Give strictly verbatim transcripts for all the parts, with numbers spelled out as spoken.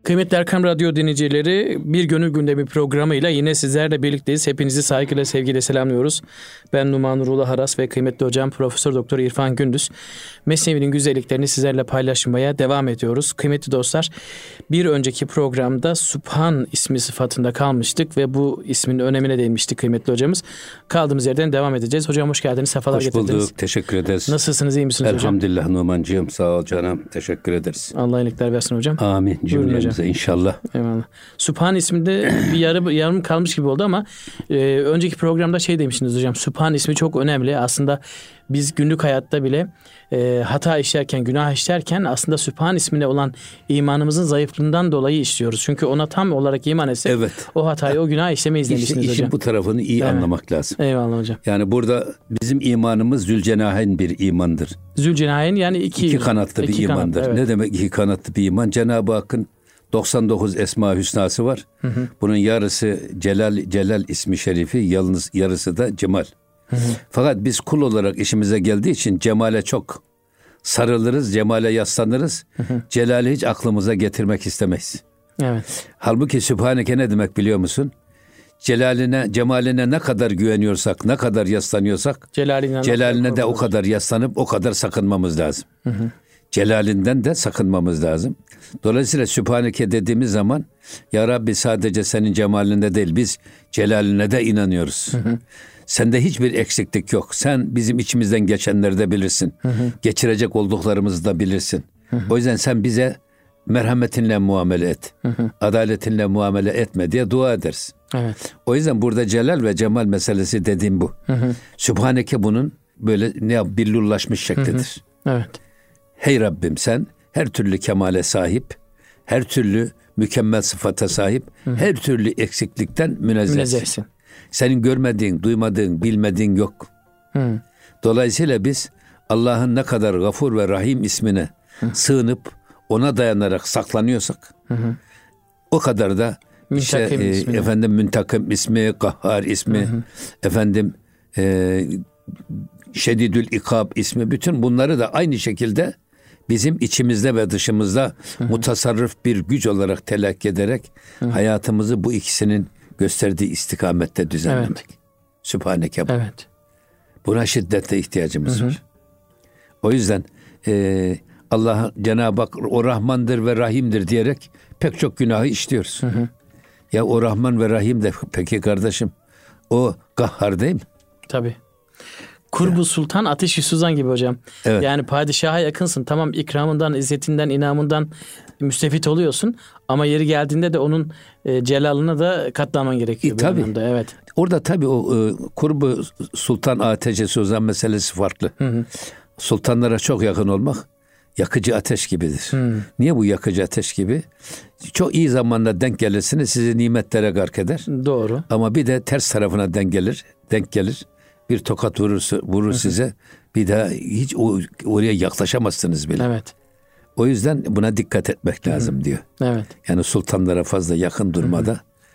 Kıymetli Erkam Radyo dinleyicileri, Bir Gönül Gündemi programıyla yine sizlerle birlikteyiz. Hepinizi saygıyla, sevgiyle selamlıyoruz. Ben Numan Nurullah Haras ve kıymetli hocam Profesör Doktor İrfan Gündüz. Mesnevi'nin güzelliklerini sizlerle paylaşmaya devam ediyoruz. Kıymetli dostlar, bir önceki programda Sübhan ismi sıfatında kalmıştık ve bu ismin önemine değinmiştik kıymetli hocamız. Kaldığımız yerden devam edeceğiz. Hocam hoş geldiniz, sefalar getirdiniz. Hoş bulduk, teşekkür ederiz. Nasılsınız, iyi misiniz hocam? Elhamdülillah Numancığım, sağ ol canım, teşekkür ederiz. Allah iyilikler versin hocam. Amin cümlemize inşallah. Eyvallah. Sübhan isminde bir yarım, yarım kalmış gibi oldu ama e, önceki programda şey demiştiniz hocam. Sübhan ismi çok önemli. Aslında biz günlük hayatta bile e, hata işlerken, günah işlerken aslında Sübhan ismine olan imanımızın zayıflığından dolayı işliyoruz. Çünkü ona tam olarak iman etsek evet. o hatayı, o günah işlemeyiz demiştiniz işin, hocam. İşin bu tarafını iyi evet. anlamak lazım. Eyvallah hocam. Yani burada bizim imanımız Zülcenahen bir imandır. Zülcenahen yani iki, iki kanatlı iki bir kanat, imandır. Evet. Ne demek iki kanatlı bir iman? Cenab-ı Hakk'ın doksan dokuz Esma Hüsnası var. Hı hı. Bunun yarısı Celal, Celal ismi şerifi, yalnız yarısı da Cemal. Hı hı. Fakat biz kul olarak işimize geldiği için cemale çok sarılırız, cemale yaslanırız. Hı hı. Celali hiç aklımıza getirmek istemeyiz. Evet. Halbuki Sübhaneke ne demek biliyor musun? Celaline, cemaline ne kadar güveniyorsak, ne kadar yaslanıyorsak, Celalinden celaline de o kadar yaslanıp o kadar sakınmamız lazım. Hı hı. Celalinden de sakınmamız lazım. Dolayısıyla Sübhaneke dediğimiz zaman ya Rabbi sadece senin cemalinde değil, biz celaline de inanıyoruz. Hı hı. Sende hiçbir eksiklik yok. Sen bizim içimizden geçenleri de bilirsin. Hı hı. Geçirecek olduklarımızı da bilirsin. Hı hı. O yüzden sen bize merhametinle muamele et. Hı hı. Adaletinle muamele etme diye dua ederiz. Evet. O yüzden burada celal ve cemal meselesi dediğim bu. Hı hı. Sübhaneke bunun böyle ne billurlaşmış şeklidir. Hı hı. Evet. Hey Rabbim, sen her türlü kemale sahip, her türlü mükemmel sıfata sahip, hı hı. her türlü eksiklikten münezzehsin. münezzehsin. Senin görmediğin, duymadığın, bilmediğin yok. Hı. Dolayısıyla biz Allah'ın ne kadar Gafur ve Rahim ismine hı. sığınıp ona dayanarak saklanıyorsak, hı hı. o kadar da işte, e, efendim Müntakim ismi, Kahhar ismi, hı hı. efendim e, Şedidül İkab ismi, bütün bunları da aynı şekilde bizim içimizde ve dışımızda hı hı. mutasarrıf bir güç olarak telakki ederek hı hı. hayatımızı bu ikisinin gösterdiği istikamette düzenlemek. Evet. Sübhaneke bu. Evet. Buna şiddetle ihtiyacımız hı hı. var. O yüzden e, Allah Cenab-ı Hak o Rahmandır ve Rahim'dir diyerek pek çok günahı işliyoruz. Hı hı. Ya o Rahman ve Rahim de peki kardeşim o Kahhar değil mi? Tabii. Kurbu Sultan Ateş-i Suzan gibi hocam. Evet. Yani padişaha yakınsın. Tamam, ikramından, izzetinden, inamından müstefit oluyorsun. Ama yeri geldiğinde de onun e, celalına da katlanman gerekiyor. E, tabii. Anlamda. Evet. Orada tabii o e, Kurbu Sultan Ateş-i Suzan meselesi farklı. Hı hı. Sultanlara çok yakın olmak yakıcı ateş gibidir. Hı. Niye bu yakıcı ateş gibi? Çok iyi zamanda denk gelirsiniz, sizi nimetlere gark eder. Doğru. Ama bir de ters tarafına denk gelir, denk gelir. Bir tokat vurur, vurur hı hı. size. Bir daha hiç o, oraya yaklaşamazsınız bile. Evet. O yüzden buna dikkat etmek lazım hı hı. diyor. Evet. Yani sultanlara fazla yakın durmada hı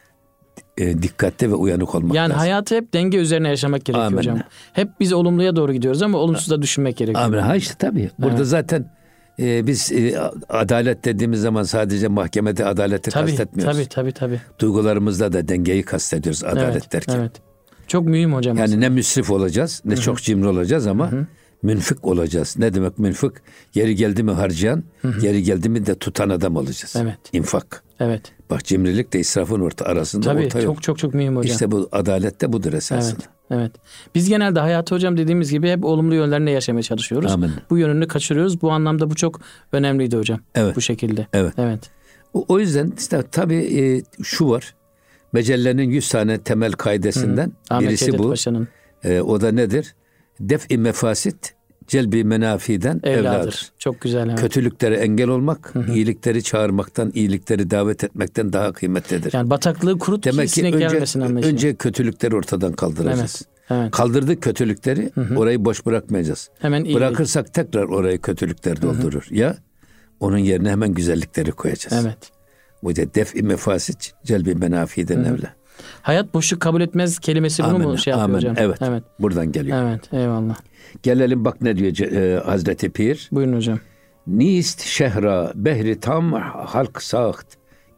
hı. E, dikkatli ve uyanık olmak yani lazım. Yani hayatı hep denge üzerine yaşamak gerekiyor Amin. Hocam. Hep biz olumluya doğru gidiyoruz ama olumsuz da düşünmek gerekiyor. Amin. Ha işte tabii. Burada evet. zaten e, biz e, adalet dediğimiz zaman sadece mahkemede adaleti tabii, kastetmiyoruz. Tabii tabii tabii. Duygularımızda da dengeyi kastediyoruz adalet evet, derken. Evet. Çok mühim hocam. Yani aslında. ne müsrif olacağız, ne Hı-hı. çok cimri olacağız ama Hı-hı. münfik olacağız. Ne demek münfik? Yeri geldi mi harcayan, Hı-hı. yeri geldi mi de tutan adam olacağız. Evet. İnfak. Evet. Bak cimrilik de israfın orta arasında Tabii, orta yok. çok çok çok mühim hocam. İşte bu adalet de budur esasında. Evet. Evet. Biz genelde hayatı hocam dediğimiz gibi hep olumlu yönlerine yaşamaya çalışıyoruz. Amin. Bu yönünü kaçırıyoruz. Bu anlamda bu çok önemliydi hocam. Evet. Bu şekilde. Evet. Evet. O, o yüzden işte tabii e, şu var. Mecellenin yüz tane temel kaidesinden Hı. birisi bu. E, o da nedir? Def-i mefasit celbi menafiden evladır. evladır. Çok güzel. Evet. Kötülüklere engel olmak, Hı-hı. iyilikleri çağırmaktan, iyilikleri davet etmekten daha kıymetlidir. Yani bataklığı kurut Demek ki önce, gelmesin anlayışı. önce kötülükleri ortadan kaldıracağız. Evet. Evet. Kaldırdık kötülükleri, Hı-hı. orayı boş bırakmayacağız. Hemen iyilik. Bırakırsak tekrar orayı kötülükler doldurur. Hı-hı. Ya onun yerine hemen güzellikleri koyacağız. Evet. Bu da def-i mefasit celbi menafiden evla. Hayat boşluk kabul etmez kelimesi bunu Amin, mu şey yapıyor amin. hocam? Evet, evet. Buradan geliyor. Evet, eyvallah. Gelelim bak ne diyor e, Hazreti Pir. Buyurun hocam. Nist şehra behri tam halk sağht.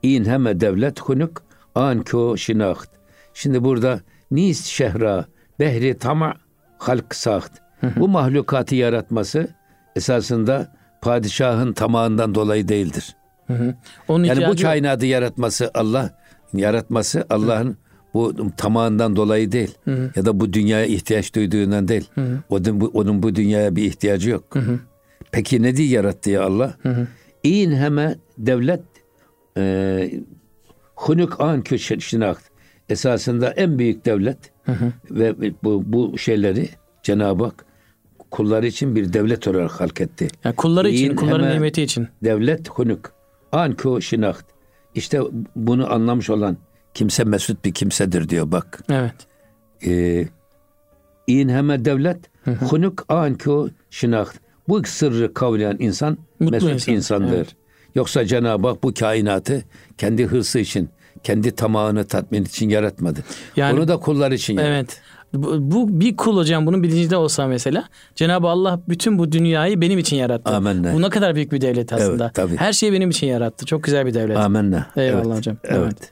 İn heme devlet hunuk anko şinaht. Şimdi burada nis şehra behri tama halk saht. Bu mahlukatı yaratması esasında padişahın tamağından dolayı değildir. Hı hı. Onun yani bu kainatı yaratması Allah yaratması Allah'ın bu tamağından dolayı değil. Hı hı. Ya da bu dünyaya ihtiyaç duyduğundan değil. Hı hı. Onun, bu, onun bu dünyaya bir ihtiyacı yok. Hı hı. Peki ne diye yarattı ya Allah? İn heme devlet e, hunuk an köşinakt. Esasında en büyük devlet hı hı. ve bu, bu şeyleri Cenab-ı Hak kulları için bir devlet olarak halk etti. Yani kulları için, kulların nimeti için. Devlet hunuk an köşinakt. İşte bunu anlamış olan kimse mesut bir kimsedir diyor bak. Evet. Ee, İn heme devlet hunuk an köşinakt. Bu sırrı kavrayan insan mutlu mesut insan. insandır. Evet. Yoksa Cenab-ı Hak bu kainatı kendi hırsı için, kendi tamahını tatmin için yaratmadı. Yani, onu da kullar için yarattı. Evet. Bu, bu bir kul hocam bunun bilincinde olsa mesela Cenab-ı Allah bütün bu dünyayı benim için yarattı. Amenna. Bu ne kadar büyük bir devlet aslında. Evet, tabii. Her şeyi benim için yarattı. Çok güzel bir devlet. Amenna. Eyvallah evet, hocam. Evet. evet.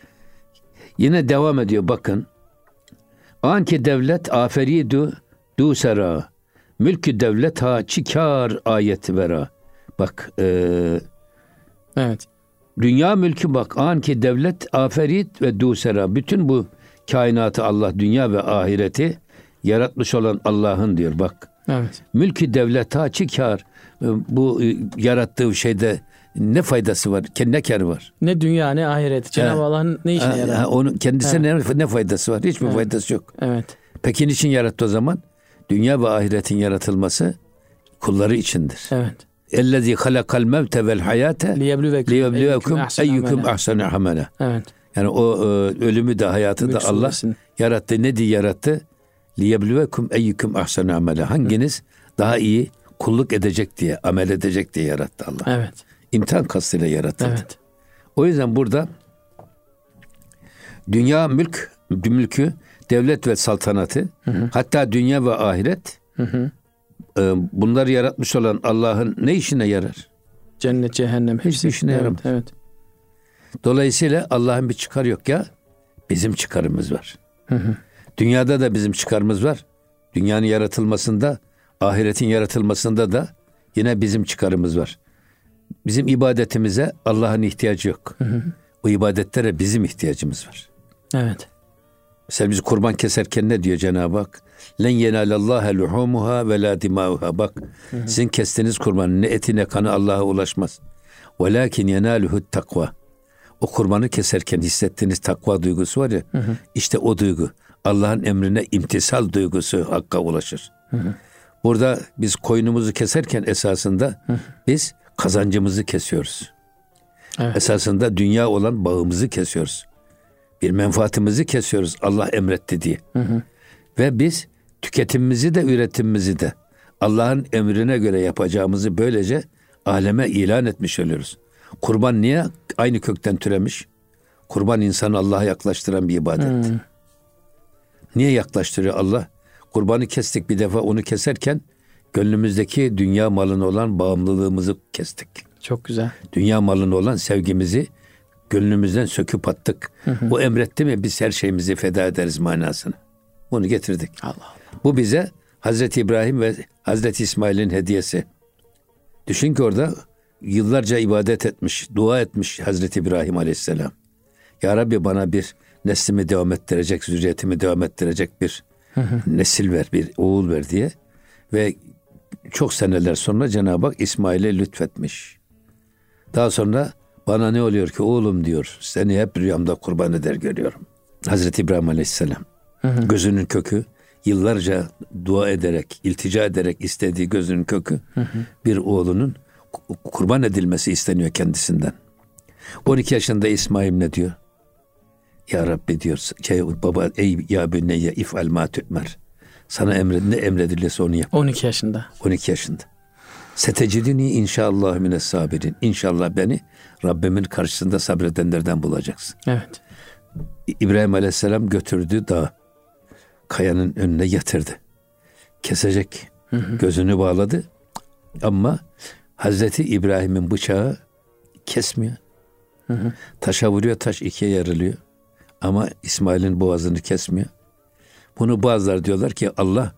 Yine devam ediyor bakın. Anki devlet aferidu du sera. Mülkü devlet ha çikar ayet vera. Bak. E, evet. Dünya mülkü bak. Anki devlet aferit ve du sera. Bütün bu kainatı Allah, dünya ve ahireti yaratmış olan Allah'ın diyor bak. Evet. Mülkü devlet ha çikar. Bu yarattığı şeyde ne faydası var? Ne kârı var? Ne dünya ne ahiret. Cenab-ı Allah'ın ne işine yarar? Onun kendisine evet. ne, ne faydası var? Hiçbir evet. faydası yok. Evet. Peki niçin yarattı o zaman? Dünya ve ahiretin yaratılması kulları içindir. Evet. Ellezî halakal mevte vel hayâte liyebluvekum eyyukum ahsenu amela. Evet. Yani o ölümü de hayatı Büyük da Allah olsun. Yarattı. Ne diye yarattı? Liyebluvekum eyyukum ahsenu amela. Hanginiz daha iyi kulluk edecek diye, amel edecek diye yarattı Allah. Evet. İmtihan kastıyla yarattı. Evet. O yüzden burada dünya mülk, mülkü, devlet ve saltanatı, hı hı. hatta dünya ve ahiret, hı hı. E, bunları yaratmış olan Allah'ın ne işine yarar? Cennet, cehennem hepsi. Hiçbir işine evet, yaramaz. Evet. Dolayısıyla Allah'ın bir çıkarı yok ya, bizim çıkarımız var. Hı hı. Dünyada da bizim çıkarımız var. Dünyanın yaratılmasında, ahiretin yaratılmasında da yine bizim çıkarımız var. Bizim ibadetimize Allah'ın ihtiyacı yok. Hı hı. O ibadetlere bizim ihtiyacımız var. Evet. Mesela biz kurban keserken ne diyor Cenab-ı Hak? Len yenalallaha luhumuha ve la dimauha. Bak, hı hı. sizin kestiğiniz kurbanın ne eti ne kanı Allah'a ulaşmaz. Velakin yenaluhu takva. O kurbanı keserken hissettiğiniz takva duygusu var ya, hı hı. işte o duygu. Allah'ın emrine imtisal duygusu Hakk'a ulaşır. Hı hı. Burada biz koyunumuzu keserken esasında hı hı. biz kazancımızı kesiyoruz. Evet. Esasında dünya olan bağımızı kesiyoruz. Bir menfaatimizi kesiyoruz Allah emretti diye. Hı hı. Ve biz tüketimimizi de üretimimizi de Allah'ın emrine göre yapacağımızı böylece aleme ilan etmiş oluyoruz. Kurban niye aynı kökten türemiş? Kurban insanı Allah'a yaklaştıran bir ibadet. Hı. Niye yaklaştırıyor Allah? Kurbanı kestik bir defa, onu keserken gönlümüzdeki dünya malına olan bağımlılığımızı kestik. Çok güzel. Dünya malına olan sevgimizi gönlümüzden söküp attık. Hı hı. Bu emretti mi biz her şeyimizi feda ederiz manasını. Bunu getirdik. Allah Allah. Bu bize Hazreti İbrahim ve Hazreti İsmail'in hediyesi. Düşün ki orada yıllarca ibadet etmiş, dua etmiş Hazreti İbrahim Aleyhisselam. Ya Rabbi bana bir neslimi devam ettirecek, zürriyetimi devam ettirecek bir hı hı. nesil ver, bir oğul ver diye. Ve çok seneler sonra Cenab-ı Hak İsmail'e lütfetmiş. Daha sonra bana ne oluyor ki oğlum diyor, seni hep rüyamda kurban eder görüyorum. Hazreti İbrahim Aleyhisselam hı hı. gözünün kökü, yıllarca dua ederek, iltica ederek istediği gözünün kökü hı hı. bir oğlunun kurban edilmesi isteniyor kendisinden. on iki yaşında İsmail ne diyor? Ya Rabbi diyor, baba ey ya büneyye if'al ma tu'mer. Sana emred, ne emredilirse onu yap. on iki yaşında. on iki yaşında. Setecidini inşallah mines sabirin. İnşallah beni Rabbimin karşısında sabredenlerden bulacaksın. Evet. İbrahim Aleyhisselam götürdü dağ. Kayanın önüne yatırdı. Kesecek. Hı hı. Gözünü bağladı. Ama Hazreti İbrahim'in bıçağı kesmiyor. Hı hı. Taşa vuruyor, taş ikiye yarılıyor. Ama İsmail'in boğazını kesmiyor. Bunu bazıları diyorlar ki Allah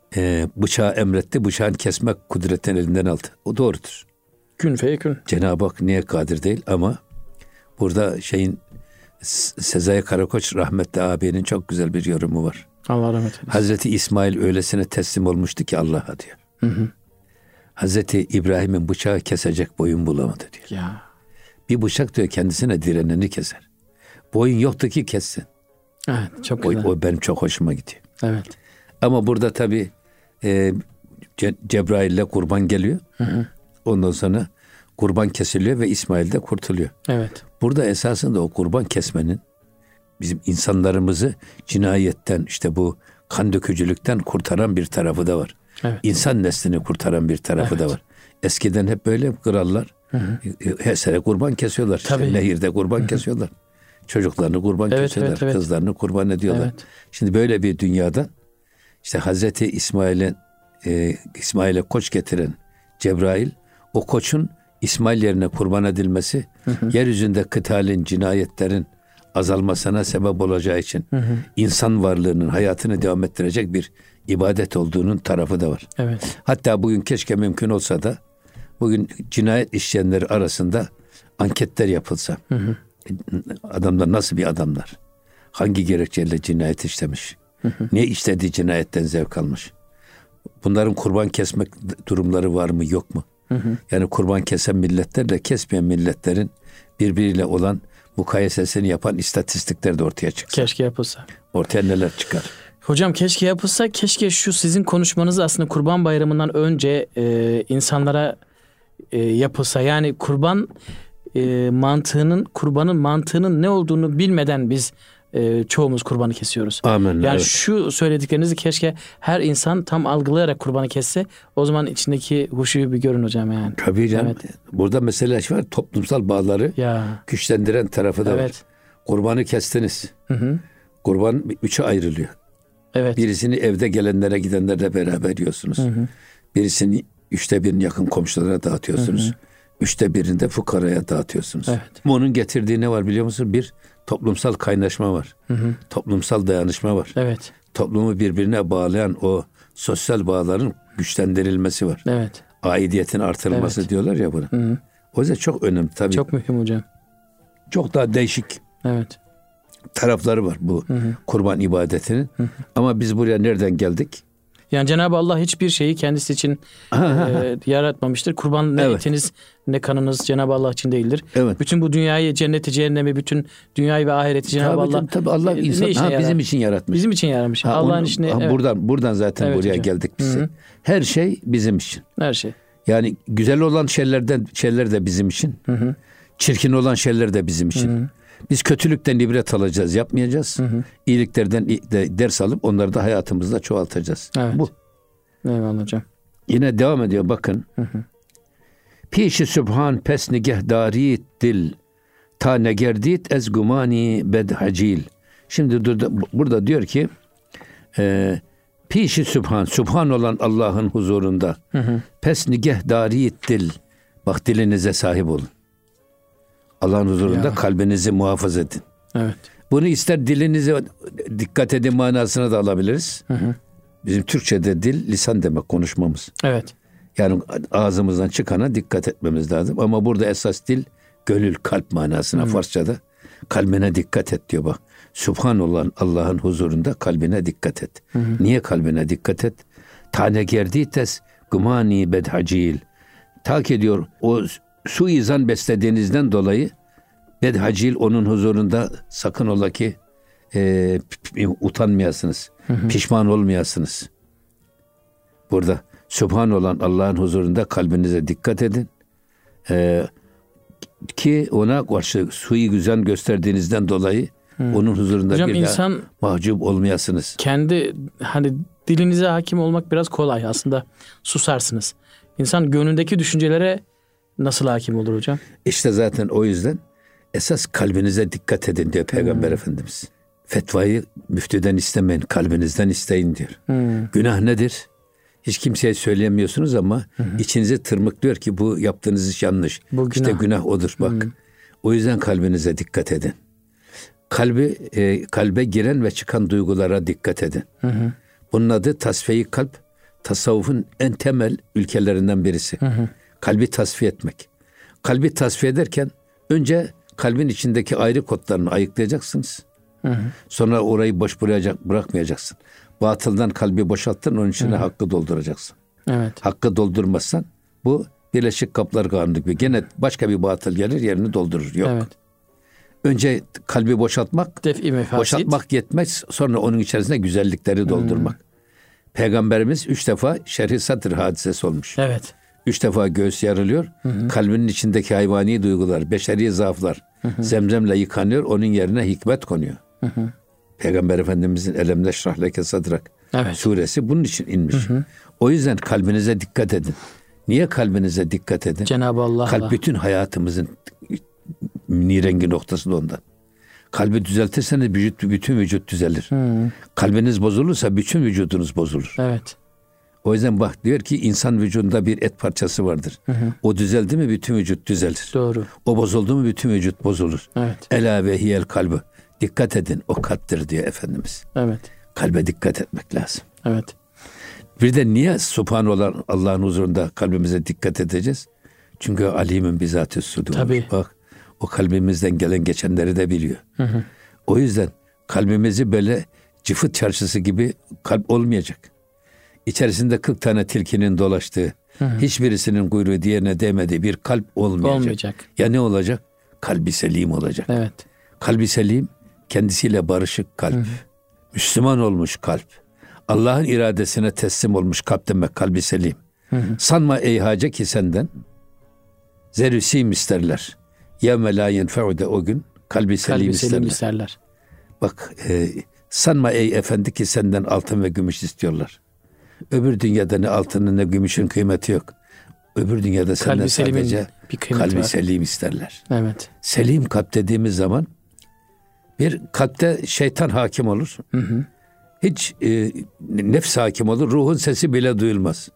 e, bıçağı emretti, bıçağın kesmek kudretini elinden aldı. O doğrudur. Kün feyekün. Cenab-ı Hak niye kadir değil ama burada şeyin Sezai Karakoç rahmetli abinin çok güzel bir yorumu var. Allah rahmet eylesin. Hazreti İsmail öylesine teslim olmuştu ki Allah'a diyor. Hı hı. Hazreti İbrahim'in bıçağı kesecek boyun bulamadı diyor. Ya. Bir bıçak diyor kendisine direneni keser. Boyun yoktu ki kessin. Evet, çok O, güzel. o benim çok hoşuma gidiyor. Evet. Ama burada tabii e, Ce- Cebrail'le kurban geliyor. Hı hı. Ondan sonra kurban kesiliyor ve İsmail de kurtuluyor. Evet. Burada esasında o kurban kesmenin bizim insanlarımızı cinayetten, işte bu kan dökücülükten kurtaran bir tarafı da var. Evet. İnsan neslini kurtaran bir tarafı Evet. da var. Eskiden hep böyle krallar Hı hı. her sene kurban kesiyorlar. Tabii. İşte nehirde kurban Hı hı. kesiyorlar. Çocuklarını kurban Evet, kesiyorlar. evet, evet. Kızlarını kurban ediyorlar. Evet. Şimdi böyle bir dünyada işte Hazreti İsmail'e e, İsmail'e koç getiren Cebrail, o koçun İsmail yerine kurban edilmesi, Hı hı. yeryüzünde kıtalin, cinayetlerin azalmasına sebep olacağı için Hı hı. insan varlığının hayatını devam ettirecek bir ibadet olduğunun tarafı da var. Evet. Hatta bugün keşke mümkün olsa da bugün cinayet işleyenler arasında anketler yapılsa. Hı hı. Adamlar nasıl bir adamlar? Hangi gerekçeyle cinayet işlemiş? Hı hı. Ne işlediği cinayetten zevk almış? Bunların kurban kesmek durumları var mı yok mu? Hı hı. Yani kurban kesen milletlerle kesmeyen milletlerin birbiriyle olan mukayesesini yapan istatistikler de ortaya çıksa. Keşke yapılsa. Ortaya neler çıkar? Hocam keşke yapılsa, keşke şu sizin konuşmanız aslında Kurban Bayramı'ndan önce e, insanlara e, yapılsa. Yani kurban e, mantığının, kurbanın mantığının ne olduğunu bilmeden biz e, çoğumuz kurbanı kesiyoruz. Amin. Yani Evet. şu söylediklerinizi keşke her insan tam algılayarak kurbanı kesse. O zaman içindeki huşuyu bir görün hocam yani. Tabii canım. Evet. Burada mesele var, toplumsal bağları Ya. güçlendiren tarafı da var. Evet. Kurbanı kestiniz. Hı hı. Kurban üçe ayrılıyor. Evet. Birisini evde gelenlere gidenlerle beraber yiyorsunuz. Hı hı. Birisini üçte birini yakın komşulara dağıtıyorsunuz. Hı hı. Üçte birini de fukaraya dağıtıyorsunuz. Evet. Bunun getirdiği ne var biliyor musun? Bir, toplumsal kaynaşma var. Hı hı. Toplumsal dayanışma var. Evet. Toplumu birbirine bağlayan o sosyal bağların güçlendirilmesi var. Evet. Aidiyetin artırılması Evet. diyorlar ya buna. Hı hı. O yüzden çok önemli tabii. Çok, Çok mühim hocam. çok daha değişik Evet. tarafları var bu Hı hı. kurban ibadetinin. Hı hı. Ama biz buraya nereden geldik? Yani Cenab-ı Allah hiçbir şeyi kendisi için e, yaratmamıştır. Kurban ne Evet. etiniz ne kanınız Cenab-ı Allah için değildir. Evet. Bütün bu dünyayı, cenneti, cehennemi, bütün dünyayı ve ahireti Cenab-ı Tabii, Allah canım, tabii Allah e, ne insan işine ha, yarar? bizim için yaratmış. Bizim için yaratmış. Ha, Allah'ın onu- işini ha, evet, buradan buradan zaten Evet buraya hocam. geldik biz. Hı hı. Her şey bizim için. her şey. Yani güzel olan şeylerden şeyler de bizim için. Hı hı. Çirkin olan şeyler de bizim için. Hı hı. Biz kötülükten ibret alacağız, yapmayacağız. Hı hı. İyiliklerden de ders alıp onları da hayatımızda çoğaltacağız. Evet. Bu. Eyvallah hocam. Yine devam ediyor bakın. Hı hı. Pişi sübhan pes nigehdarit dil ta negerdit ez gumani bedhacil. Şimdi burada, burada diyor ki e, pişi sübhan, sübhan olan Allah'ın huzurunda Hı hı. pes nigehdarit dil. Bak dilinize sahip olun. Allah'ın huzurunda Ya. kalbinizi muhafaza edin. Evet. Bunu ister dilinize dikkat edin manasına da alabiliriz. Hı hı. Bizim Türkçe'de dil lisan demek, konuşmamız. Evet. Yani ağzımızdan çıkana dikkat etmemiz lazım. Ama burada esas dil gönül, kalp manasına Hı. Farsçada. Kalbine dikkat et diyor bak. Sübhan olan Allah'ın huzurunda kalbine dikkat et. Hı hı. Niye kalbine dikkat et? Tane gerdites gımani bedhacil. Ta ki diyor o suizan beslediğinizden dolayı bedhacil onun huzurunda sakın ola ki e, utanmayasınız. Hı hı. Pişman olmayasınız. Burada Sübhan olan Allah'ın huzurunda kalbinize dikkat edin. Ee, ki ona karşı suizan gösterdiğinizden dolayı Hı. onun huzurunda Hocam bir insan daha mahcup olmayasınız. kendi hani dilinize hakim olmak biraz kolay aslında. Susarsınız. İnsan gönlündeki düşüncelere nasıl hakim olur hocam? İşte zaten o yüzden esas kalbinize dikkat edin diyor Peygamber Hı. Efendimiz. Fetvayı müftüden istemeyin, kalbinizden isteyin diyor. Hı. Günah nedir? Hiç kimseye söyleyemiyorsunuz ama Hı hı. içinizi tırmıklıyor ki bu yaptığınız iş yanlış. Bu İşte günah. günah odur bak. Hı. O yüzden kalbinize dikkat edin. Kalbi e, kalbe giren ve çıkan duygulara dikkat edin. Hı hı. Bunun adı tasfiye-i kalp. Tasavvufun en temel ülkelerinden birisi. Hı hı. Kalbi tasfiye etmek. Kalbi tasfiye ederken önce kalbin içindeki ayrı kodlarını ayıklayacaksınız. Hı hı. Sonra orayı boş bırakacak, bırakmayacaksın. Batıldan kalbi boşalttın, onun içine hı hı. hakkı dolduracaksın. Evet. Hakkı doldurmazsan bu Birleşik Kaplar Kanunu gibi gene başka bir batıl gelir yerini doldurur. Yok. Evet. Önce kalbi boşaltmak, boşaltmak yetmez. Sonra onun içerisinde güzellikleri doldurmak. Hmm. Peygamberimiz üç defa şerh-i sadr hadisesi olmuş. Evet. Üç defa göğüs yarılıyor. Hı hı. Kalbinin içindeki hayvani duygular, beşeri zaaflar hı hı. zemzemle yıkanıyor. Onun yerine hikmet konuyor. Hı hı. Peygamber Efendimizin Elem neşrah leke sadrak evet. suresi bunun için inmiş. Hı hı. O yüzden kalbinize dikkat edin. Niye kalbinize dikkat edin? Cenab-ı Allah. Kalp bütün hayatımızın nirengi noktası da ondan. Kalbi düzeltirseniz vücut, bütün vücut düzelir. Hmm. Kalbiniz bozulursa bütün vücudunuz bozulur. Evet. O yüzden bak diyor ki insan vücudunda bir et parçası vardır. Hı hı. O düzeldi mi bütün vücut düzelir. Doğru. O bozuldu mu bütün vücut bozulur. Evet. Ela ve hiyel kalbi. Dikkat edin o kalptir diyor Efendimiz. Evet. Kalbe dikkat etmek lazım. Evet. Bir de niye subhan olan Allah'ın huzurunda kalbimize dikkat edeceğiz? Çünkü alimin bizatı sudur. Tabii. Bak o kalbimizden gelen geçenleri de biliyor. Hı hı. O yüzden kalbimizi böyle cıfıt çarşısı gibi kalp olmayacak. İçerisinde kırk tane tilkinin dolaştığı, hı hı. hiçbirisinin kuyruğu diğerine değmediği bir kalp olmayacak. Olmayacak. Ya ne olacak? Kalbi selim olacak. Evet. Kalbi selim, kendisiyle barışık kalp. Hı hı. Müslüman olmuş kalp. Allah'ın iradesine teslim olmuş kalp demek kalbi selim. Hı hı. Sanma ey hace ki senden zerüsim isterler. Yevme la yenfe'u de o gün kalbi selim, kalbi selim isterler. isterler. Bak e, sanma ey efendi ki senden altın ve gümüş istiyorlar. Öbür dünyada ne altının ne gümüşün kıymeti yok. Öbür dünyada senden sadece kalbi var. Selim isterler. Evet. Selim kalp dediğimiz zaman bir kalpte şeytan hakim olur. Hı hı. Hiç e, nefs hakim olur. Ruhun sesi bile duyulmaz.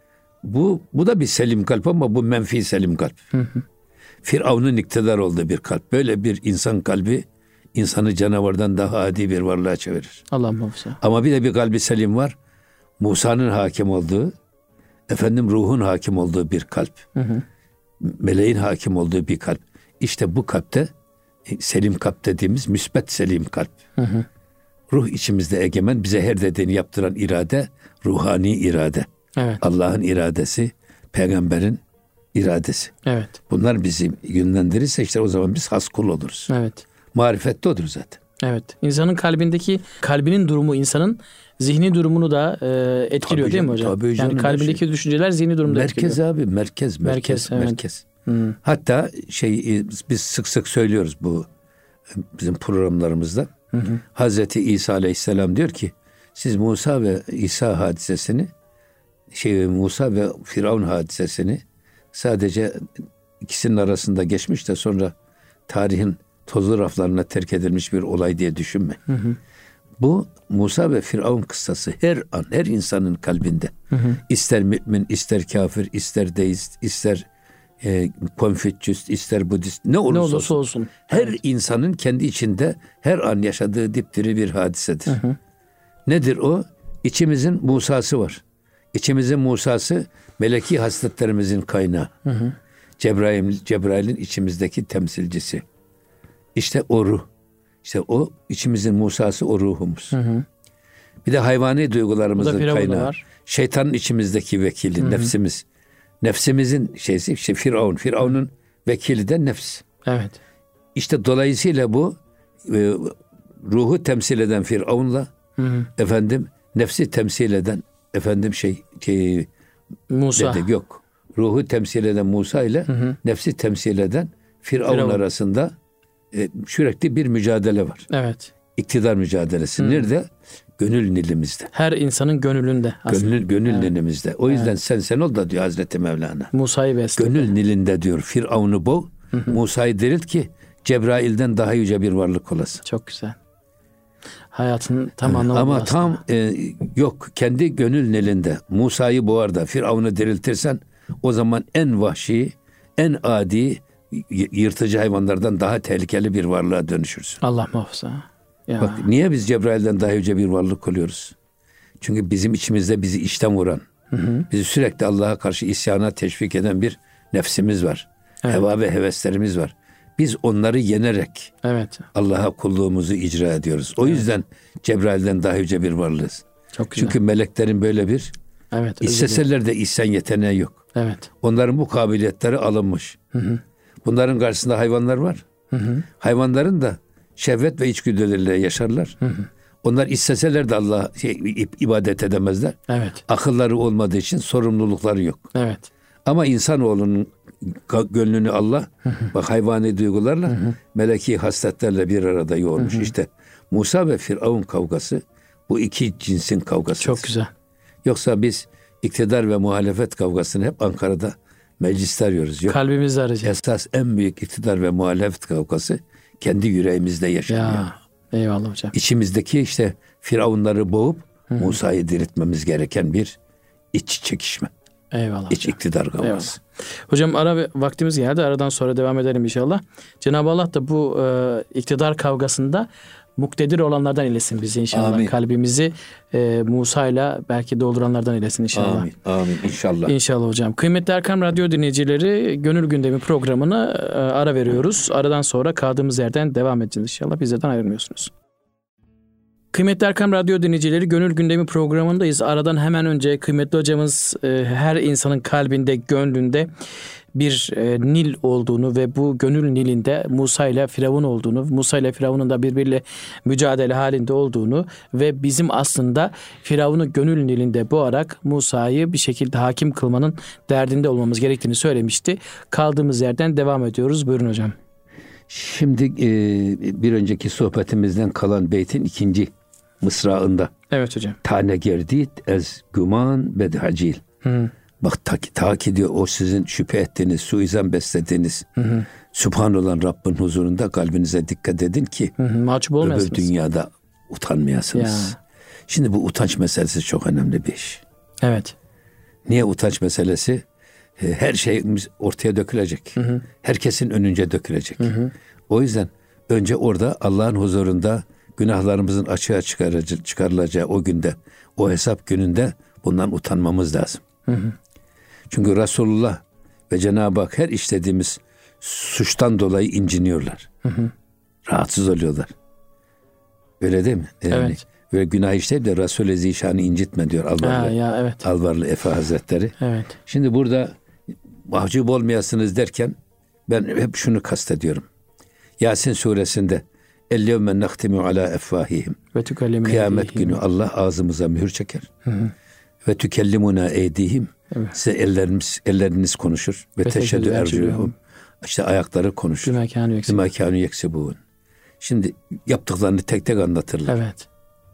Bu bu da bir selim kalp ama bu menfi selim kalp. Hı hı. Firavun'un iktidar olduğu bir kalp. Böyle bir insan kalbi insanı canavardan daha adi bir varlığa çevirir. Allah muhafaza. Ama bir de bir kalbi selim var. Musa'nın hakim olduğu, efendim ruhun hakim olduğu bir kalp. Hı hı. Meleğin hakim olduğu bir kalp. İşte bu kalpte selim kalp dediğimiz müsbet selim kalp. Hı hı. Ruh içimizde egemen, bize her dediğini yaptıran irade, ruhani irade. Evet. Allah'ın iradesi, peygamberin iradesi. Evet. Bunlar bizi yönlendirirse işte o zaman biz has kul oluruz. Evet. Marifette odur zaten. Evet. İnsanın kalbindeki, kalbinin durumu insanın zihni durumunu da e, etkiliyor tabii değil mi hocam? Tabii canım, yani kalbindeki şey. düşünceler zihni durumda merkez etkiliyor. Merkez abi, merkez, merkez, merkez. Evet. merkez. Hmm. Hatta şey biz sık sık söylüyoruz bu bizim programlarımızda. Hı hı. Hazreti İsa Aleyhisselam diyor ki siz Musa ve İsa hadisesini şey Musa ve Firavun hadisesini sadece ikisinin arasında geçmiş de sonra tarihin tozlu raflarına terk edilmiş bir olay diye düşünme. Hı hı. Bu Musa ve Firavun kıssası her an her insanın kalbinde. Hı hı. İster mümin, ister kafir, ister deist, ister e, Konfüçyüs, ister Budist ne olursa, ne olursa olsun. olsun. Her evet. insanın kendi içinde her an yaşadığı dipdiri bir hadisedir. Hı hı. Nedir o? İçimizin Musa'sı var. İçimizin Musa'sı meleki hasletlerimizin kaynağı. Hı hı. Cebrail, Cebrail'in içimizdeki temsilcisi. İşte o ruh. İşte o içimizin Musa'sı o ruhumuz. Hı hı. Bir de hayvani duygularımızın kaynağı. Şeytanın içimizdeki vekili, hı hı. nefsimiz. Nefsimizin şeysi işte Firavun. Firavun'un vekili de nefs. Evet. İşte dolayısıyla bu e, ruhu temsil eden Firavun'la hı hı. efendim nefsi temsil eden efendim şey, şey Musa. Dedi, yok. Ruhu temsil eden Musa ile hı hı. nefsi temsil eden Firavun, Firavun. arasında e, sürekli bir mücadele var. Evet. İktidar mücadelesi. Hı. Nerede? Gönül nilimizde. Her insanın gönlünde. Aslında. Gönül, gönül evet. nilimizde. O yüzden evet. sen sen ol da diyor Hazreti Mevlana. Musa'yı besledi. Gönül nilinde diyor Firavun'u bol, hı hı. Musa'yı dirilt ki Cebrail'den daha yüce bir varlık olasın. Çok güzel. Hayatın tam anlamı ama aslında. Tam e, yok kendi gönül nilinde Musa'yı boğar da Firavun'u diriltirsen o zaman en vahşi, en adi, yırtıcı hayvanlardan daha tehlikeli bir varlığa dönüşürsün. Allah muhafaza. Ya. Bak niye biz Cebrail'den daha yüce bir varlık oluyoruz? Çünkü bizim içimizde bizi içten vuran, hı hı. bizi sürekli Allah'a karşı isyana teşvik eden bir nefsimiz var. Evet. Heva ve heveslerimiz var. Biz onları yenerek evet. Allah'a kulluğumuzu icra ediyoruz. O evet. yüzden Cebrail'den daha yüce bir varlığız. Çok güzel. Çünkü meleklerin böyle bir evet, isteseler de ihsan yeteneği yok. Evet. Onların bu kabiliyetleri alınmış. Hı hı. Bunların karşısında hayvanlar var. Hı hı. Hayvanların da şehvet ve içgüdüleriyle yaşarlar. Hı hı. Onlar isteseler de Allah'a şey, ibadet edemezler. Evet. Akılları olmadığı için sorumlulukları yok. Evet. Ama insanoğlunun gönlünü Allah hı hı. bak hayvani duygularla hı hı. meleki hasletlerle bir arada yoğurmuş. Hı hı. İşte Musa ve Firavun kavgası bu iki cinsin kavgası. Çok güzel. Yoksa biz iktidar ve muhalefet kavgasını hep Ankara'da mecliste arıyoruz. Yok. Kalbimizde arayacağız. Esas en büyük iktidar ve muhalefet kavgası kendi yüreğimizde yaşanıyor. Ya, eyvallah hocam. İçimizdeki işte Firavunları boğup Hı-hı. Musa'yı diriltmemiz gereken bir iç çekişme. Eyvallah İç hocam. iktidar kavgası. Eyvallah. Hocam ara vaktimiz geldi. Aradan sonra devam edelim inşallah. Cenab-ı Allah da bu e, iktidar kavgasında muktedir olanlardan eylesin bizi inşallah. Amin. Kalbimizi e, Musa ile belki dolduranlardan eylesin inşallah. Amin. Amin. İnşallah. İnşallah hocam. Kıymetli Erkam Radyo dinleyicileri, Gönül Gündemi programına e, ara veriyoruz. Aradan sonra kaldığımız yerden devam edeceğiz inşallah. Bizlerden ayrılmıyorsunuz. Kıymetli Erkam Radyo dinleyicileri, Gönül Gündemi programındayız. Aradan hemen önce kıymetli hocamız e, her insanın kalbinde, gönlünde bir e, Nil olduğunu ve bu gönül Nil'inde Musa ile Firavun olduğunu, Musa ile Firavun'un da birbiriyle mücadele halinde olduğunu ve bizim aslında Firavun'u gönül Nil'inde boğarak Musa'yı bir şekilde hakim kılmanın derdinde olmamız gerektiğini söylemişti. Kaldığımız yerden devam ediyoruz. Buyurun hocam. Şimdi e, bir önceki sohbetimizden kalan beytin ikinci mısrağında. Evet hocam. Tane gerdit ez güman bedhacil. Hı. Bak ta, ta ki diyor o sizin şüphe ettiğiniz, suizan beslediğiniz hı hı. Sübhan olan Rabbin huzurunda kalbinize dikkat edin ki hı hı. mahcup olmayasınız. Öbür dünyada utanmayasınız. Ya. Şimdi bu utanç meselesi çok önemli bir iş. Evet. Niye utanç meselesi? Her şeyimiz ortaya dökülecek. Hı hı. Herkesin önünce dökülecek. Hı hı. O yüzden önce orada Allah'ın huzurunda günahlarımızın açığa çıkarılacağı o günde, o hesap gününde bundan utanmamız lazım. Hı hı. Çünkü Resulullah ve Cenab-ı Hak her işlediğimiz suçtan dolayı inciniyorlar. Hı hı. Rahatsız oluyorlar. Öyle değil mi? Yani evet. Böyle günah işleyip de Resul-i Zişan'ı incitme diyor Alvarlı. Ha, ya, evet. Alvarlı Efe Hazretleri. Evet. Şimdi burada mahcup olmayasınız derken ben hep şunu kastediyorum. Yasin suresinde ellevme naktimu ala effahihim. Kıyamet günü Allah ağzımıza mühür çeker. Hı hı. Ve tükellimuna eydihim. Evet. Size elleriniz, elleriniz konuşur. Ve, ve teşhedü erculuhum. İşte ayakları konuşur. Bima kânû yeksibûn. Şimdi yaptıklarını tek tek anlatırlar. Evet.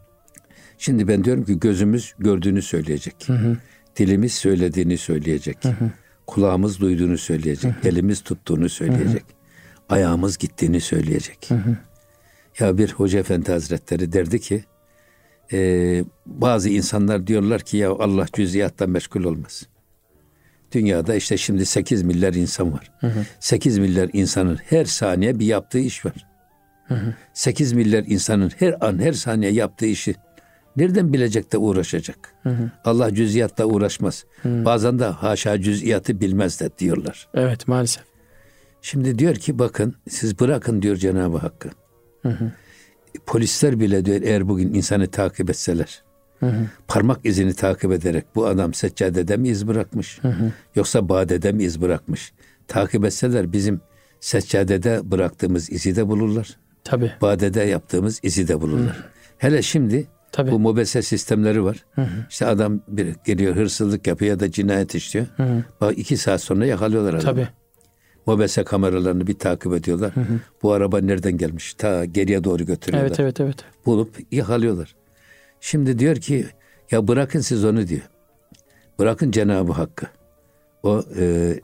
Şimdi ben diyorum ki gözümüz gördüğünü söyleyecek. Hı hı. Dilimiz söylediğini söyleyecek. Hı hı. Kulağımız duyduğunu söyleyecek. Hı hı. Elimiz tuttuğunu söyleyecek. Hı hı. Ayağımız gittiğini söyleyecek. Hı hı. Ya bir Hoca Efendi Hazretleri derdi ki e, bazı insanlar diyorlar ki ya Allah cüz'iyatla meşgul olmaz. Dünyada işte şimdi sekiz milyar insan var. Hı hı. sekiz milyar insanın her saniye bir yaptığı iş var. Hı hı. sekiz milyar insanın her an her saniye yaptığı işi nereden bilecek de uğraşacak? Hı hı. Allah cüz'iyatla uğraşmaz. Hı. Bazen de haşa cüz'iyatı bilmez de diyorlar. Evet maalesef. Şimdi diyor ki bakın siz bırakın diyor Cenab-ı Hakk'ı. Hı hı. Polisler bile diyor eğer bugün insanı takip etseler, hı hı. parmak izini takip ederek bu adam seccadede mi iz bırakmış, hı hı. yoksa badede mi iz bırakmış, takip etseler bizim seccadede bıraktığımız izi de bulurlar. Tabii. Badede yaptığımız izi de bulurlar. Hı. Hele şimdi tabii. bu mobese sistemleri var. Hı hı. İşte adam bir geliyor hırsızlık yapıyor ya da cinayet işliyor. Hı hı. Bak iki saat sonra yakalıyorlar adamı. Tabii. Mobese kameralarını bir takip ediyorlar. Hı hı. Bu araba nereden gelmiş? Ta geriye doğru götürüyorlar. Evet, evet, evet. Bulup yakalıyorlar. Şimdi diyor ki ya bırakın siz onu diyor. Bırakın Cenab-ı Hakk'ı. O e,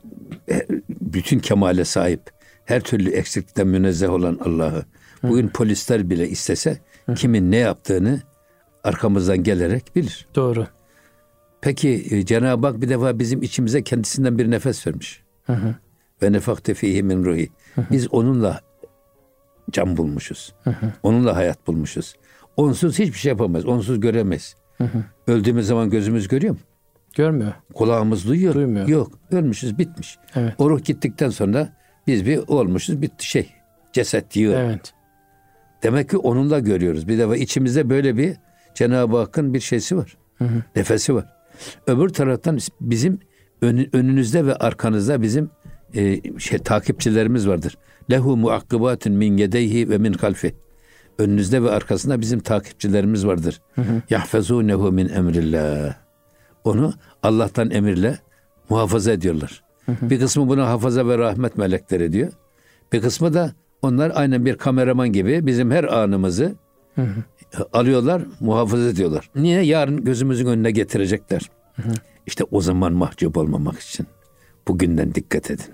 bütün kemale sahip, her türlü eksiklikten münezzeh olan Allah'ı. Bugün hı. polisler bile istese hı. kimin ne yaptığını arkamızdan gelerek bilir. Doğru. Peki e, Cenab-ı Hak bir defa bizim içimize kendisinden bir nefes vermiş. Hı hı. ve nefakte fihi min ruhi. Biz onunla can bulmuşuz. Hı hı. Onunla hayat bulmuşuz. Onsuz hiçbir şey yapamayız. Onsuz göremeyiz. Hı hı. Öldüğümüz zaman gözümüz görüyor mu? Görmüyor. Kulağımız duyuyor. Duymuyor. Yok. Ölmüşüz, bitmiş. Evet. O ruh gittikten sonra biz bir olmuşuz, bitti şey. Ceset yığın. Evet. Demek ki onunla görüyoruz. Bir defa içimizde böyle bir Cenab-ı Hakk'ın bir şeysi var. Hı hı. Nefesi var. Öbür taraftan bizim önünüzde ve arkanızda bizim e, şey takipçilerimiz vardır. Lehu muakkibatun min yedeyhi ve min halfi. Önünüzde ve arkasında bizim takipçilerimiz vardır. Yahfazunehu min emrillah. Onu Allah'tan emirle muhafaza ediyorlar. Hı hı. Bir kısmı buna hafaza ve rahmet melekleri diyor. Bir kısmı da onlar aynen bir kameraman gibi bizim her anımızı hı hı. alıyorlar, muhafaza ediyorlar. Niye? Yarın gözümüzün önüne getirecekler. Hı hı. İşte o zaman mahcup olmamak için bugünden dikkat edin.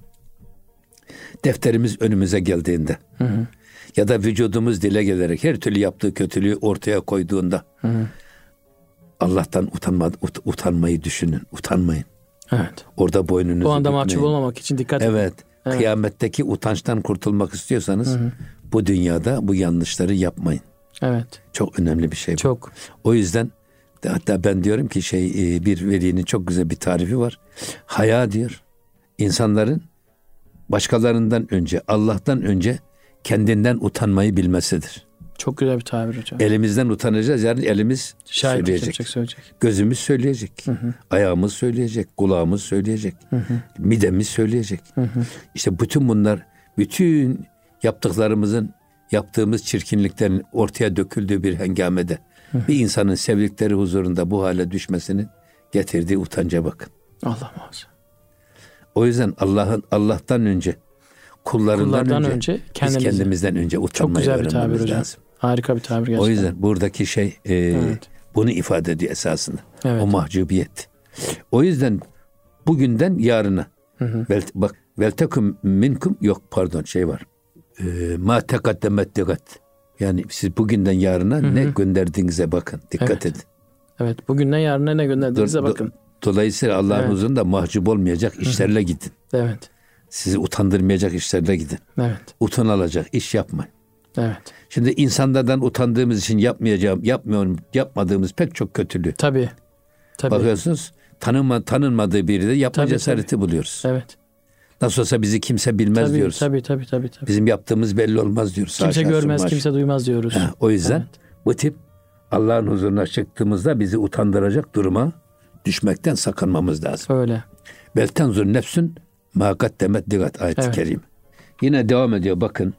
Defterimiz önümüze geldiğinde hı hı. ya da vücudumuz dile gelerek her türlü yaptığı kötülüğü ortaya koyduğunda hı hı. Allah'tan utanma, ut, utanmayı düşünün, utanmayın. Evet. Orada boynunuzu o anda bükmeyin. mahcup olmamak için dikkat edin. Evet. Evet. Kıyametteki utançtan kurtulmak istiyorsanız hı hı. bu dünyada bu yanlışları yapmayın. Evet. Çok önemli bir şey bu. Çok. O yüzden hatta ben diyorum ki şey bir velinin çok güzel bir tarifi var. Haya diyor. İnsanların başkalarından önce, Allah'tan önce kendinden utanmayı bilmesidir. Çok güzel bir tabir hocam. Elimizden utanacağız. Yani elimiz Şahit söyleyecek. söyleyecek. Gözümüz söyleyecek. Hı hı. Ayağımız söyleyecek. Kulağımız söyleyecek. Hı hı. Midemiz söyleyecek. Hı hı. İşte bütün bunlar, bütün yaptıklarımızın, yaptığımız çirkinliklerin ortaya döküldüğü bir hengamede hı hı. bir insanın sevdikleri huzurunda bu hale düşmesinin getirdiği utanca bakın. Allah muhafaza. O yüzden Allah'ın Allah'tan önce kullarından Kullardan önce, önce biz kendimizden önce utanmayı öğrenmemiz lazım. Harika bir tabir gerçekten. O yüzden buradaki şey e, evet. bunu ifade ediyor esasında. Evet. O mahcubiyet. O yüzden bugünden yarına hı hı. Vel, bak veltekum minkum yok pardon şey var. E, ma tekaddemet dikat. Yani siz bugünden yarına hı hı. ne gönderdiğinize bakın. Dikkat evet. edin. Evet. Bugünden yarına ne gönderdiğinize do, bakın. Do, dolayısıyla Allah'ın evet. huzurunda mahcup olmayacak işlerle hı hı. gidin. Evet. Sizi utandırmayacak işlerle gidin. Evet. Utanılacak iş yapmayın. Evet. Şimdi insanlardan utandığımız için yapmayacağım, yapmıyorum, yapmadığımız pek çok kötülüğü. Tabii. Tabii. Bakıyorsunuz tanınma, tanınmadığı biri de yapma tabii, cesareti tabii. buluyoruz. Evet. Nasıl olsa bizi kimse bilmez tabii, diyoruz. Tabii tabii tabii. tabii. Bizim yaptığımız belli olmaz diyoruz. Kimse Haşa, görmez, sumaş. kimse duymaz diyoruz. Ha, o yüzden evet. bu tip Allah'ın huzuruna çıktığımızda bizi utandıracak duruma düşmekten sakınmamız lazım. Öyle. Beltenzur nefsün ma kaddemet digat ayet-i evet. kerim. Yine devam ediyor bakın.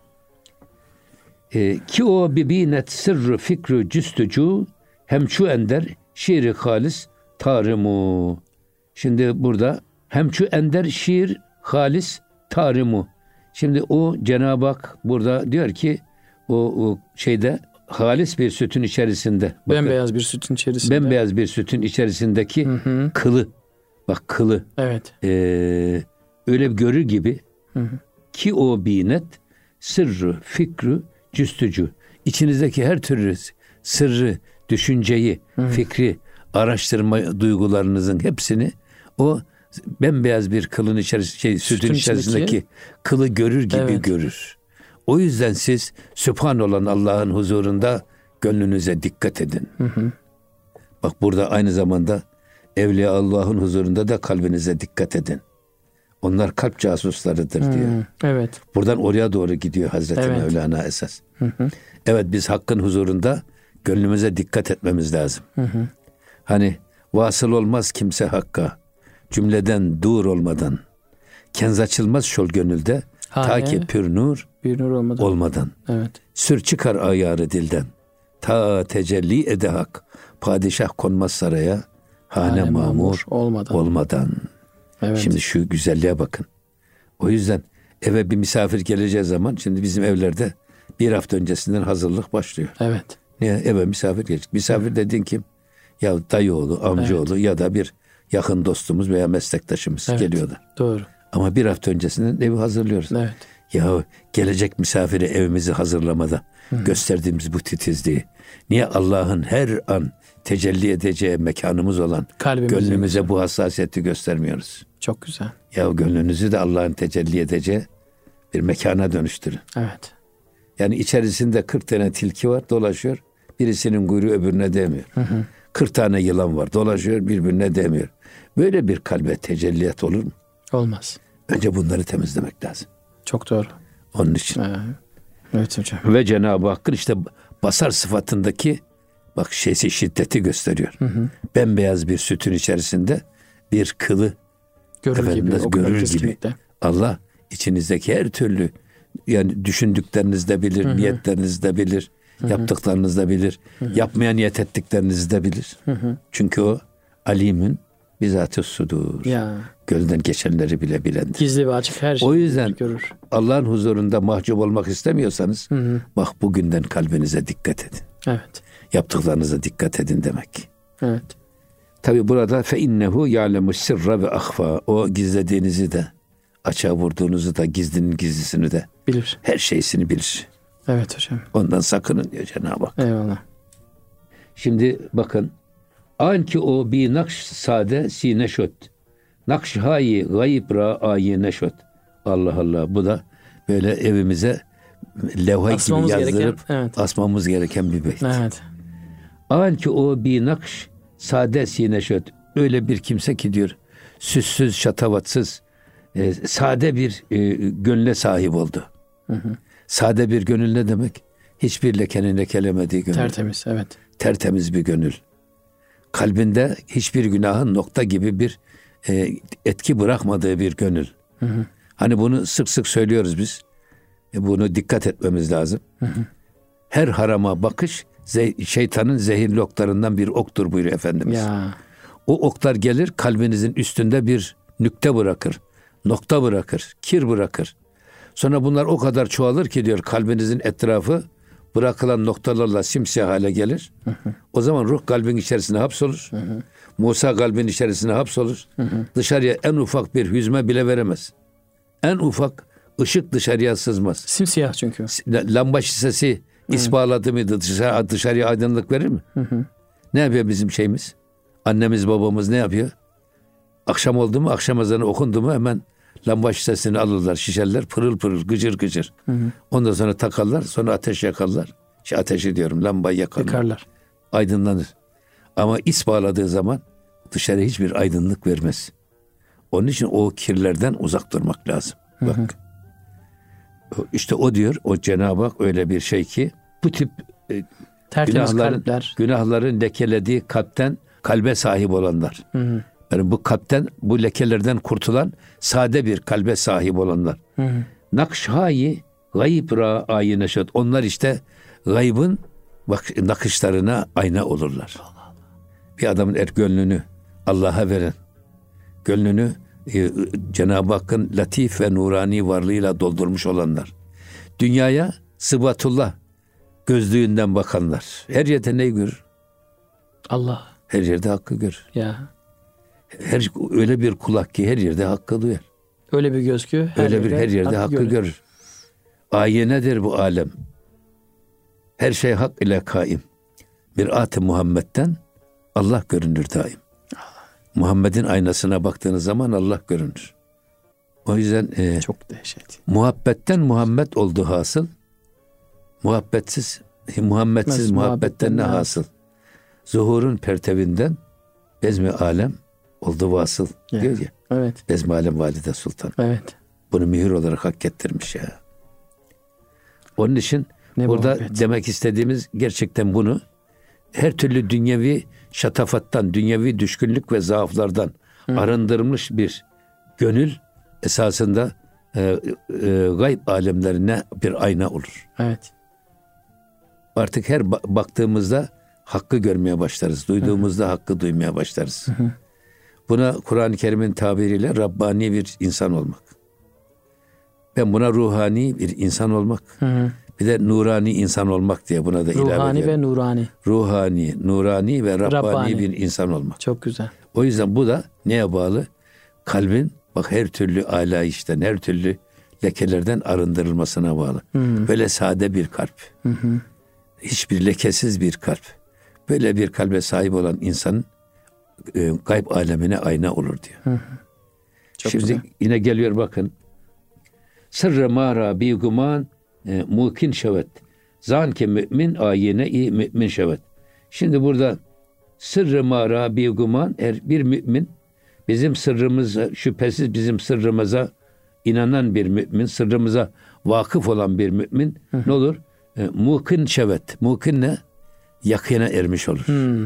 Ee, ki o bibinet sırrı fikru cüstücu hemçu ender şiiri halis tarimu. Şimdi burada hemçu ender şiir halis tarimu. Şimdi o Cenab-ı Hak burada diyor ki o, o şeyde halis bir sütün içerisinde. Bakın, bembeyaz bir sütün içerisinde. Bembeyaz bir sütün içerisindeki hı hı. kılı. Bak kılı. Evet. E, öyle görür gibi hı hı. ki o binet sırrı fikri cüstücü. İçinizdeki her türlü sırrı, düşünceyi, hı. fikri, araştırma duygularınızın hepsini o bembeyaz bir kılın içerisinde, şey, sütün, sütün içerisindeki içindeki... kılı görür gibi evet. görür. O yüzden siz Sübhan olan Allah'ın huzurunda gönlünüze dikkat edin. Hı hı. Bak burada aynı zamanda Evliya Allah'ın huzurunda da kalbinize dikkat edin. Onlar kalp casuslarıdır hmm, diyor. Evet. Buradan oraya doğru gidiyor Hazreti evet. Mevlana esas. Hı hı. Evet biz Hakk'ın huzurunda gönlümüze dikkat etmemiz lazım. Hı hı. Hani vasıl olmaz kimse Hakk'a cümleden dur olmadan. Kenz açılmaz şol gönülde ha, ta ki pür nur, pür nur olmadan. olmadan. Evet. Sür çıkar ayarı dilden. Ta tecelli ede Hak. Padişah konmaz saraya. Hane, Hane mamur, mamur olmadan. olmadan. Evet. Şimdi şu güzelliğe bakın. O yüzden eve bir misafir geleceği zaman şimdi bizim evlerde bir hafta öncesinden hazırlık başlıyor. Evet. Niye? Eve misafir gelecek. Misafir evet. dediğin kim? Ya dayıoğlu, amcaoğlu evet. ya da bir yakın dostumuz veya meslektaşımız evet. geliyorlar. Doğru. Ama bir hafta öncesinden evi hazırlıyoruz. Evet. Ya gelecek misafire evimizi hazırlamada Hı-hı. gösterdiğimiz bu titizliği. Niye Allah'ın her an tecelli edeceği mekanımız olan Kalbimize gönlümüze bu hassasiyeti göstermiyoruz? Çok güzel. Ya gönlünüzü de Allah'ın tecelli edeceği bir mekana dönüştürün. Evet. Yani içerisinde kırk tane tilki var, dolaşıyor. Birisinin kuyruğu öbürüne değmiyor. Hı hı. kırk tane yılan var, dolaşıyor, birbirine değmiyor. Böyle bir kalbe tecelliyat olur mu? Olmaz. Önce bunları temizlemek lazım. Çok doğru. Onun için. Ee, evet hocam. Ve Cenab-ı Hakk'ın işte basar sıfatındaki bak şeysi şiddeti gösteriyor. Hı hı. Bembeyaz bir sütün içerisinde bir kılı görür gibi, görür gibi. Allah içinizdeki her türlü yani düşündüklerinizi de bilir, hı-hı, niyetlerinizi de bilir, hı-hı, yaptıklarınızı da bilir, hı-hı, yapmaya niyet ettiklerinizi de bilir. Hı-hı. Çünkü o alimin bizat-ı sudur. Ya. Gönülden geçenleri bile bilendir. Gizli ve açık her şeyi o yüzden görür. Allah'ın huzurunda mahcup olmak istemiyorsanız, hı-hı, bak bugünden kalbinize dikkat edin. Evet. Yaptıklarınıza dikkat edin demek. Evet. Tabi burada fe innehu ya'lemu sirra ve ahfa. O gizlediğinizi de, açığa vurduğunuzu da, gizlinin gizlisini de bilir. Her şeysini bilir. Evet hocam. Ondan sakının diyor Cenab-ı Hak. Eyvallah. Şimdi bakın. Anki o bi nakş sade si neşot. Nakş hayi gayb ra ayi neşot. Allah Allah. Bu da böyle evimize levha asmamız gibi yazdırıp gereken, evet, asmamız gereken bir beyt. Evet. Anki o bi nakş sade si neşot. Öyle bir kimse ki diyor süssüz, şatavatsız, e, sade bir e, gönle sahip oldu. Hı hı. Sade bir gönül ne demek? Hiçbir lekenin lekelemediği gönül. Tertemiz, evet. Tertemiz bir gönül. Kalbinde hiçbir günahın nokta gibi bir e, etki bırakmadığı bir gönül. Hı hı. Hani bunu sık sık söylüyoruz biz. E, bunu dikkat etmemiz lazım. Hı hı. Her harama bakış ze- şeytanın zehirli oklarından bir oktur buyuruyor Efendimiz. Ya. O oklar gelir kalbinizin üstünde bir nükte bırakır. Nokta bırakır. Kir bırakır. Sonra bunlar o kadar çoğalır ki diyor kalbinizin etrafı bırakılan noktalarla simsiyah hale gelir. Hı hı. O zaman ruh kalbin içerisine hapsolur. Hı hı. Musa kalbin içerisine hapsolur. Hı hı. Dışarıya en ufak bir hüzme bile veremez. En ufak ışık dışarıya sızmaz. Simsiyah çünkü. Lamba şişesi isbaladı mıydı dışarı, dışarıya aydınlık verir mi? Hı hı. Ne yapıyor bizim şeyimiz? Annemiz babamız ne yapıyor? Akşam oldu mu, akşam ezanı okundu mu hemen lamba şişesini alırlar, şişerler, pırıl pırıl, gıcır gıcır. Hı hı. Ondan sonra takarlar, sonra ateş yakarlar. Şey, ateşi diyorum, lambayı yakarlar. Yakarlar. Aydınlanır. Ama is bağladığı zaman dışarı hiçbir aydınlık vermez. Onun için o kirlerden uzak durmak lazım. Hı hı. Bak. İşte o diyor, o Cenab-ı Hak öyle bir şey ki bu tip e, günahların, kalpler. günahların lekelediği kalpten kalbe sahip olanlar. Hı hı. Yani bu kalpten, bu lekelerden kurtulan sade bir kalbe sahip olanlar. Nakşhayi gayb ra ayi neşet. Onlar işte gaybın bak, nakışlarına ayna olurlar. Allah Allah. Bir adamın er gönlünü Allah'a veren, gönlünü e, Cenab-ı Hakk'ın latif ve nurani varlığıyla doldurmuş olanlar. Dünyaya sıbatullah gözlüğünden bakanlar. Her yerde neyi görür? Allah. Her yerde hakkı görür. Ya. Her, öyle bir kulak ki her yerde hakkı duyar. Öyle bir göz ki her öyle yerde, bir her yerde hakkı, hakkı görür. görür. Ayenedir bu alem. Her şey hak ile kaim. Bir at-ı Muhammed'den Allah görünür daim. Allah. Muhammed'in aynasına baktığınız zaman Allah görünür. O yüzden e, çok dehşet. Muhabbetten Muhammed oldu hasıl. Muhabbetsiz Muhammedsiz Mes, muhabbetten ne hasıl? Zuhurun pertevinden bezmi alem oldu vasıl ya, diyor ya. Evet. Bezmi alem valide sultan. Evet. Bunu mühür olarak hak ettirmiş ya. Onun için ne burada muhabbet. Demek istediğimiz gerçekten bunu her türlü dünyevi şatafattan, dünyevi düşkünlük ve zaaflardan Hı. arındırılmış bir gönül esasında e, e, gayb alemlerine bir ayna olur. Evet. Artık her ba- baktığımızda hakkı görmeye başlarız. Duyduğumuzda Hı. hakkı duymaya başlarız. Hı. Buna Kur'an-ı Kerim'in tabiriyle Rabbani bir insan olmak. Ben buna ruhani bir insan olmak. Hı. Bir de nurani insan olmak diye buna da ilave ediyorum. Ruhani ve nurani. Ruhani, nurani ve Rabbani, Rabbani bir insan olmak. Çok güzel. O yüzden bu da neye bağlı? Kalbin bak her türlü alayişten, her türlü lekelerden arındırılmasına bağlı. Hı. Böyle sade bir kalp. Hı hı. Hiçbir lekesiz bir kalp. Böyle bir kalbe sahip olan insanın e, gayb alemine ayna olur diyor. Hı hı. Çok Şimdi güzel. yine geliyor bakın. Sırrı mara bi guman e, mukin şevet. Zan ki mümin ayine-i mümin şevet. Şimdi burada sırrı mara bi guman, eğer bir mümin bizim sırrımıza, şüphesiz bizim sırrımıza inanan bir mümin, sırrımıza vakıf olan bir mümin hı hı. ne olur? E, mukin şevet. Mukin ne? Yakına ermiş olur. Hmm.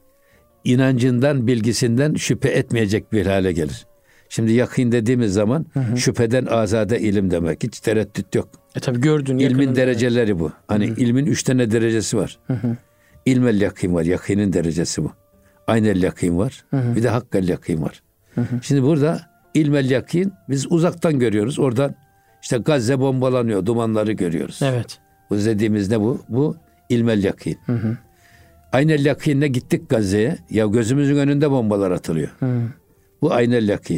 İnancından, bilgisinden şüphe etmeyecek bir hale gelir. Şimdi yakın dediğimiz zaman hı hı. şüpheden azade ilim demek. Hiç tereddüt yok. E tabi gördün. İlmin dereceleri bu. Hani hı hı. ilmin üç tane derecesi var. Hı hı. İlmel yakin var. Yakinin derecesi bu. Aynel yakin var. Hı hı. Bir de hakkal yakin var. Hı hı. Şimdi burada ilmel yakin biz uzaktan görüyoruz. Oradan işte Gazze bombalanıyor. Dumanları görüyoruz. Evet. Bu dediğimiz ne bu? Bu ilmel yakin. Hı hı. Aynel yakinle gittik Gazze'ye. Ya gözümüzün önünde bombalar atılıyor. Hı. Bu aynel yakin.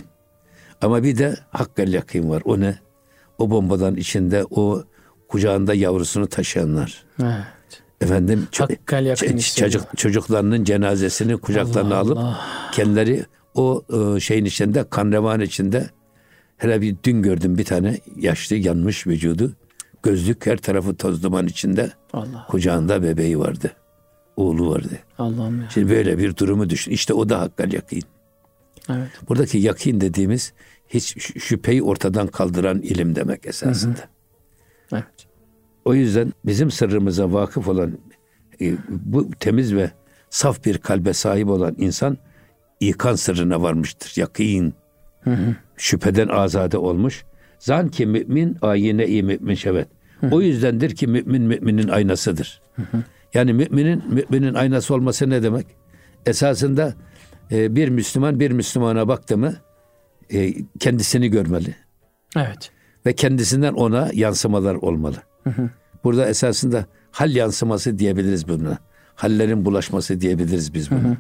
Ama bir de hakkal yakin var. O ne? O bombadan içinde o kucağında yavrusunu taşıyanlar. Evet. Efendim hakkal yakin ç- çocuk çocuklarının cenazesini kucaklarına Allah alıp Allah. kendileri o e, şeyin içinde, kan revan içinde. Hele bir dün gördüm bir tane yaşlı yanmış vücudu. Gözlük, her tarafı toz duman içinde. Allah. Kucağında bebeği vardı. Oğlu vardı. Allah'ım ya. Şimdi böyle bir durumu düşün. İşte o da hakkal yakin. Evet. Buradaki yakin dediğimiz hiç şüpheyi ortadan kaldıran ilim demek esasında. Hı hı. Evet. O yüzden bizim sırrımıza vakıf olan e, bu temiz ve saf bir kalbe sahip olan insan ikan sırrına varmıştır. Yakin. Hı hı. Şüpheden azade olmuş. Zan ki mümin ayine-i mümin şevet. Hı hı. O yüzdendir ki mümin müminin aynasıdır. Hı hı. Yani müminin müminin aynası olması ne demek? Esasında e, bir Müslüman bir Müslümana baktı mı e, kendisini görmeli. Evet. Ve kendisinden ona yansımalar olmalı. Hı hı. Burada esasında hal yansıması diyebiliriz buna. Hallerin bulaşması diyebiliriz biz buna. Hı hı.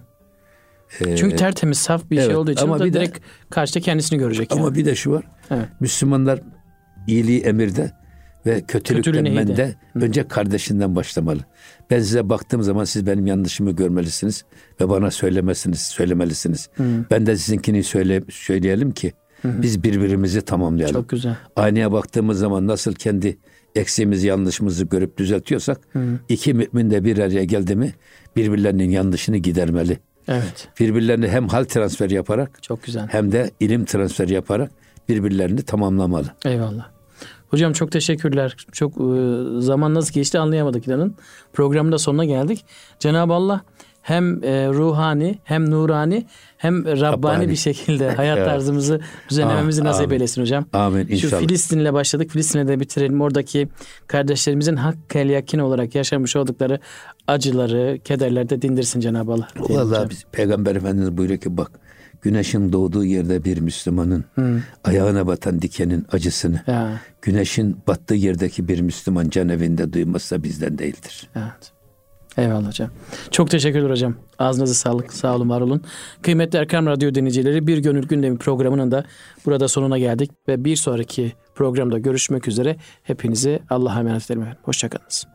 Ee, Çünkü tertemiz, saf bir evet, şey olduğu için o da direkt de, karşıda kendisini görecek. Ama yani. bir de şu var. Evet. Müslümanlar iyiliği emirde ve kötülükten mende önce kardeşinden başlamalı. Ben size baktığım zaman siz benim yanlışımı görmelisiniz ve bana söylemesiniz, söylemelisiniz. Hı. Ben de sizinkini söyle, söyleyelim ki hı hı. biz birbirimizi tamamlayalım. Çok güzel. Aynaya baktığımız zaman nasıl kendi eksiğimizi, yanlışımızı görüp düzeltiyorsak hı. iki mümin de bir araya geldi mi birbirlerinin yanlışını gidermeli. Evet. Birbirlerine hem hal transferi yaparak çok güzel. hem de ilim transferi yaparak birbirlerini tamamlamalı. Eyvallah. Hocam çok teşekkürler. Çok e, zaman nasıl geçti anlayamadık inanın. Programın da sonuna geldik. Cenab-ı Allah hem e, ruhani hem nurani hem Rabbani, Rabbani. bir şekilde hayat evet. tarzımızı düzenlememizi ah, nasip amin. eylesin hocam. Amin inşallah. Şu Filistin'le başladık. Filistin'e de bitirelim. Oradaki kardeşlerimizin hakkel yakin olarak yaşamış oldukları acıları, kederleri de dindirsin Cenab-ı Allah. Vallahi biz, Peygamber Efendimiz buyuruyor ki bak güneşin doğduğu yerde bir Müslümanın hmm. ayağına batan dikenin acısını ya. güneşin battığı yerdeki bir Müslüman can evinde duymazsa bizden değildir. Evet. Eyvallah hocam. Çok teşekkürler hocam. Ağzınıza sağlık. Sağ olun, var olun. Kıymetli Erkam Radyo dinleyicileri, Bir Gönül Gündemi programının da burada sonuna geldik ve bir sonraki programda görüşmek üzere. Hepinizi Allah'a emanet ederim. Hoşça kalınız.